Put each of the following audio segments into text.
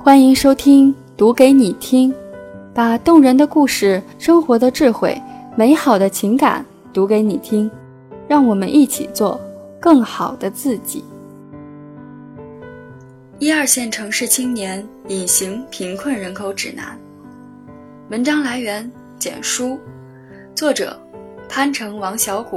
欢迎收听读给你听，把动人的故事、生活的智慧、美好的情感读给你听，让我们一起做更好的自己。一二线城市青年隐形贫困人口指南。文章来源简书，作者潘城王小谷。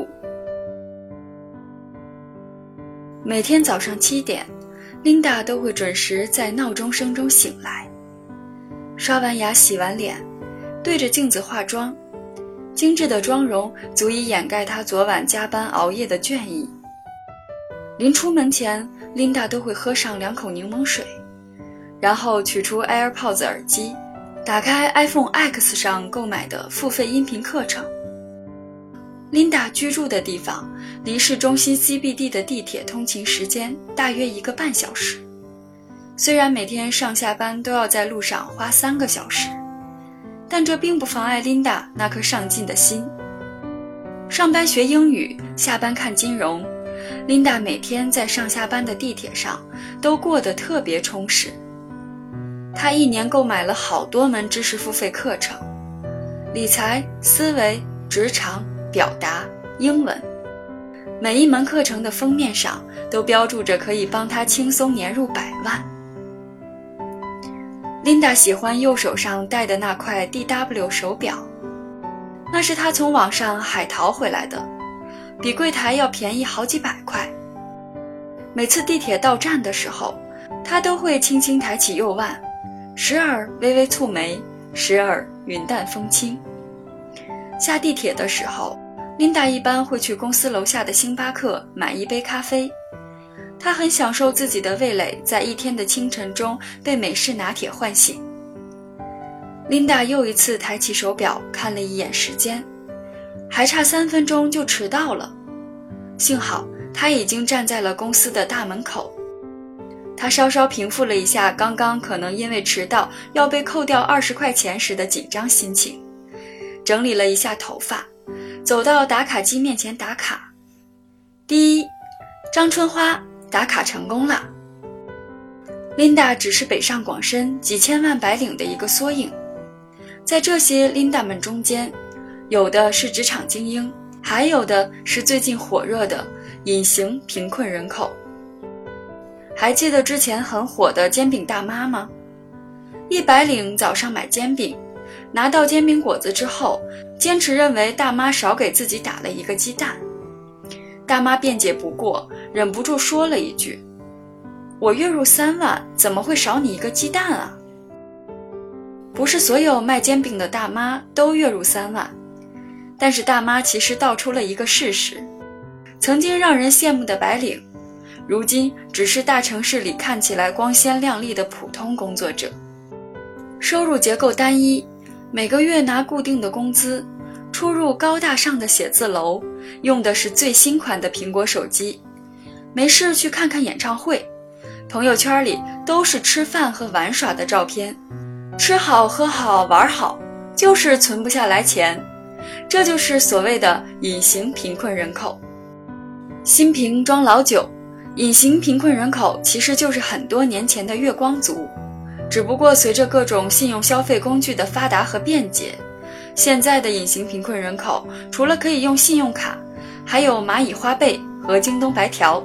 每天早上7点，Linda 都会准时在闹钟声中醒来，刷完牙洗完脸，对着镜子化妆，精致的妆容足以掩盖她昨晚加班熬夜的倦意。临出门前，Linda 都会喝上2口柠檬水，然后取出 AirPods 耳机，打开 iPhone X 上购买的付费音频课程。Linda 居住的地方离市中心 CBD 的地铁通勤时间大约1个半小时，虽然每天上下班都要在路上花3个小时，但这并不妨碍 Linda 那颗上进的心。上班学英语，下班看金融， Linda 每天在上下班的地铁上都过得特别充实。她1年购买了好多门知识付费课程，理财、思维、职场、表达、英文，每一门课程的封面上都标注着可以帮她轻松年入100万。Linda 喜欢右手上戴的那块 DW 手表，那是她从网上海淘回来的，比柜台要便宜好几百块。每次地铁到站的时候，她都会轻轻抬起右腕，时而微微蹙眉，时而云淡风轻。下地铁的时候，Linda 一般会去公司楼下的星巴克买一杯咖啡。她很享受自己的味蕾在一天的清晨中被美式拿铁唤醒。Linda 又一次抬起手表看了一眼时间，还差3分钟就迟到了。幸好她已经站在了公司的大门口。她稍稍平复了一下刚刚可能因为迟到要被扣掉20块钱时的紧张心情，整理了一下头发，走到打卡机面前打卡。第一，张春花打卡成功了。Linda 只是北上广深几千万白领的一个缩影，在这些 Linda 们中间，有的是职场精英，还有的是最近火热的隐形贫困人口。还记得之前很火的煎饼大妈吗？一白领早上买煎饼，拿到煎饼果子之后，坚持认为大妈少给自己打了1个鸡蛋。大妈辩解不过，忍不住说了一句：“我月入3万，怎么会少你1个鸡蛋啊？”不是所有卖煎饼的大妈都月入3万，但是大妈其实道出了一个事实：曾经让人羡慕的白领，如今只是大城市里看起来光鲜亮丽的普通工作者。收入结构单一，每个月拿固定的工资，出入高大上的写字楼，用的是最新款的苹果手机，没事去看看演唱会，朋友圈里都是吃饭和玩耍的照片，吃好喝好玩好，就是存不下来钱。这就是所谓的隐形贫困人口。新瓶装老酒，隐形贫困人口其实就是很多年前的月光族，只不过随着各种信用消费工具的发达和便捷，现在的隐形贫困人口除了可以用信用卡，还有蚂蚁花呗和京东白条。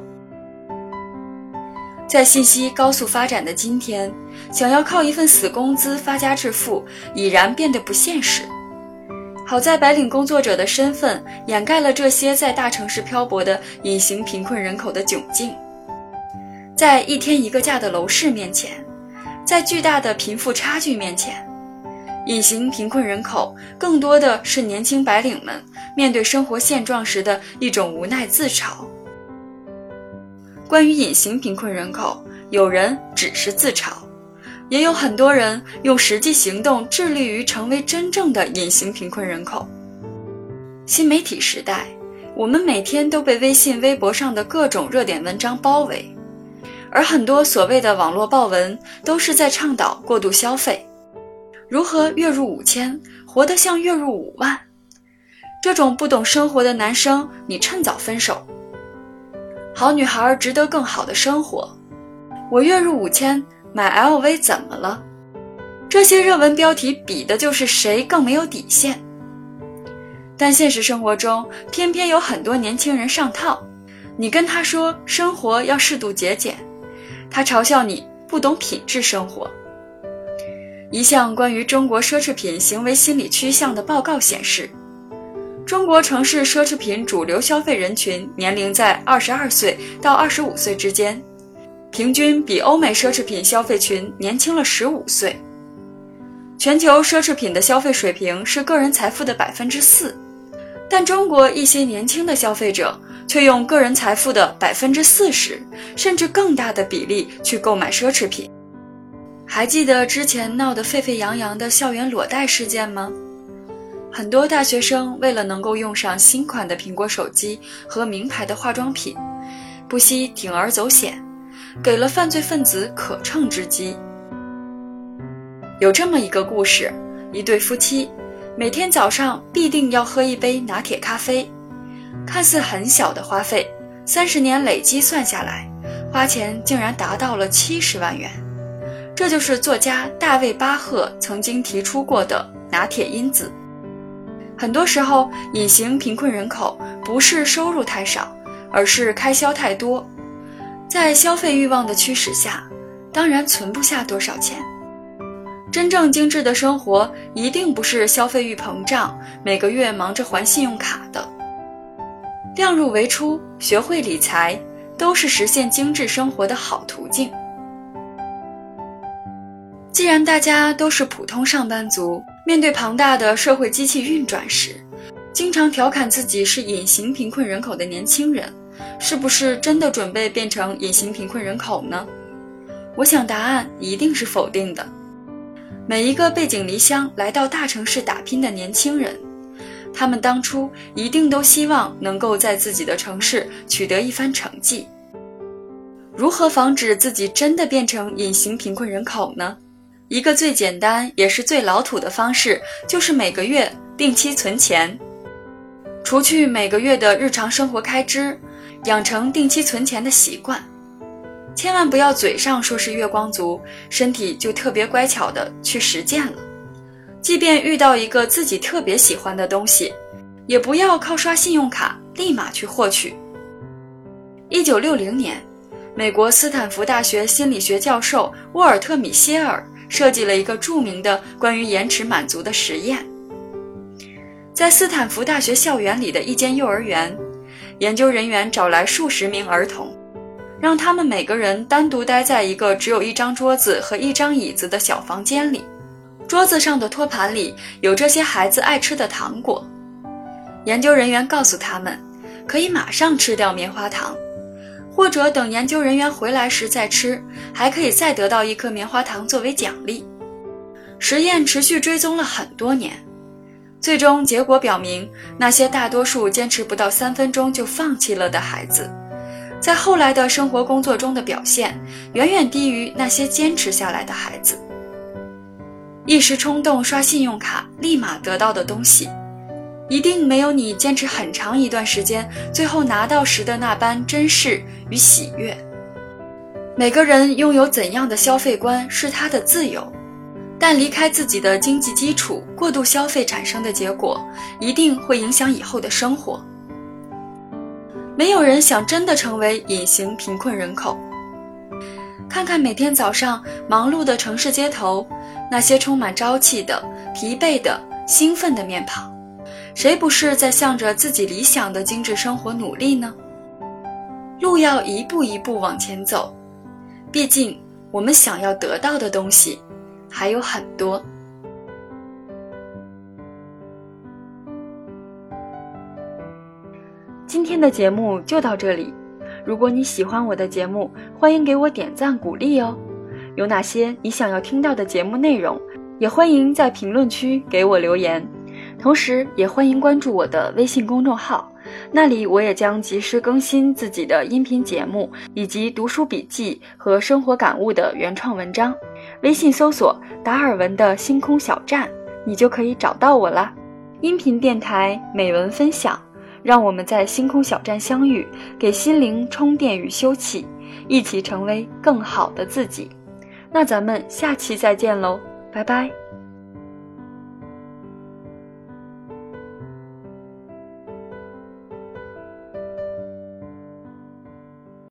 在信息高速发展的今天，想要靠一份死工资发家致富已然变得不现实。好在白领工作者的身份掩盖了这些在大城市漂泊的隐形贫困人口的窘境。在1天1个价的楼市面前，在巨大的贫富差距面前，隐形贫困人口更多的是年轻白领们面对生活现状时的一种无奈自嘲。关于隐形贫困人口，有人只是自嘲，也有很多人用实际行动致力于成为真正的隐形贫困人口。新媒体时代，我们每天都被微信、微博上的各种热点文章包围，而很多所谓的网络爆文都是在倡导过度消费，如何月入5000，活得像月入5万。这种不懂生活的男生，你趁早分手。好女孩值得更好的生活，我月入5000， 买 LV 怎么了？这些热文标题比的就是谁更没有底线。但现实生活中偏偏有很多年轻人上套，你跟他说生活要适度节俭，他嘲笑你不懂品质生活。一项关于中国奢侈品行为心理趋向的报告显示，中国城市奢侈品主流消费人群年龄在22岁到25岁之间，平均比欧美奢侈品消费群年轻了15岁。全球奢侈品的消费水平是个人财富的 4%， 但中国一些年轻的消费者却用个人财富的 40%甚至更大的比例去购买奢侈品。还记得之前闹得沸沸扬扬的校园裸贷事件吗？很多大学生为了能够用上新款的苹果手机和名牌的化妆品，不惜铤而走险，给了犯罪分子可乘之机。有这么一个故事，一对夫妻每天早上必定要喝一杯拿铁咖啡，看似很小的花费，30年累积算下来，花钱竟然达到了70万元。这就是作家大卫·巴赫曾经提出过的拿铁因子。很多时候，隐形贫困人口不是收入太少，而是开销太多。在消费欲望的驱使下，当然存不下多少钱。真正精致的生活一定不是消费欲膨胀，每个月忙着还信用卡的。量入为出，学会理财，都是实现精致生活的好途径。既然大家都是普通上班族，面对庞大的社会机器运转时，经常调侃自己是隐形贫困人口的年轻人，是不是真的准备变成隐形贫困人口呢？我想答案一定是否定的。每一个背井离乡来到大城市打拼的年轻人，他们当初一定都希望能够在自己的城市取得一番成绩。如何防止自己真的变成隐形贫困人口呢？一个最简单也是最老土的方式，就是每个月定期存钱。除去每个月的日常生活开支，养成定期存钱的习惯。千万不要嘴上说是月光族，身体就特别乖巧的去实践了。即便遇到一个自己特别喜欢的东西，也不要靠刷信用卡立马去获取。1960年，美国斯坦福大学心理学教授沃尔特·米歇尔设计了一个著名的关于延迟满足的实验。在斯坦福大学校园里的一间幼儿园，研究人员找来数十名儿童，让他们每个人单独待在一个只有一张桌子和一张椅子的小房间里。桌子上的托盘里有这些孩子爱吃的糖果。研究人员告诉他们，可以马上吃掉棉花糖，或者等研究人员回来时再吃，还可以再得到一颗棉花糖作为奖励。实验持续追踪了很多年，最终结果表明，那些大多数坚持不到3分钟就放弃了的孩子，在后来的生活工作中的表现远远低于那些坚持下来的孩子。一时冲动刷信用卡立马得到的东西，一定没有你坚持很长一段时间最后拿到时的那般珍视与喜悦。每个人拥有怎样的消费观是他的自由，但离开自己的经济基础，过度消费产生的结果一定会影响以后的生活。没有人想真的成为隐形贫困人口。看看每天早上忙碌的城市街头，那些充满朝气的、疲惫的、兴奋的面庞，谁不是在向着自己理想的精致生活努力呢？路要一步一步往前走，毕竟我们想要得到的东西还有很多。今天的节目就到这里，如果你喜欢我的节目，欢迎给我点赞鼓励哦。有哪些你想要听到的节目内容，也欢迎在评论区给我留言。同时也欢迎关注我的微信公众号，那里我也将及时更新自己的音频节目，以及读书笔记和生活感悟的原创文章。微信搜索达尔文的星空小站，你就可以找到我啦。音频电台，美文分享，让我们在星空小站相遇，给心灵充电与休憩，一起成为更好的自己。 那咱们下期再见喽，拜拜。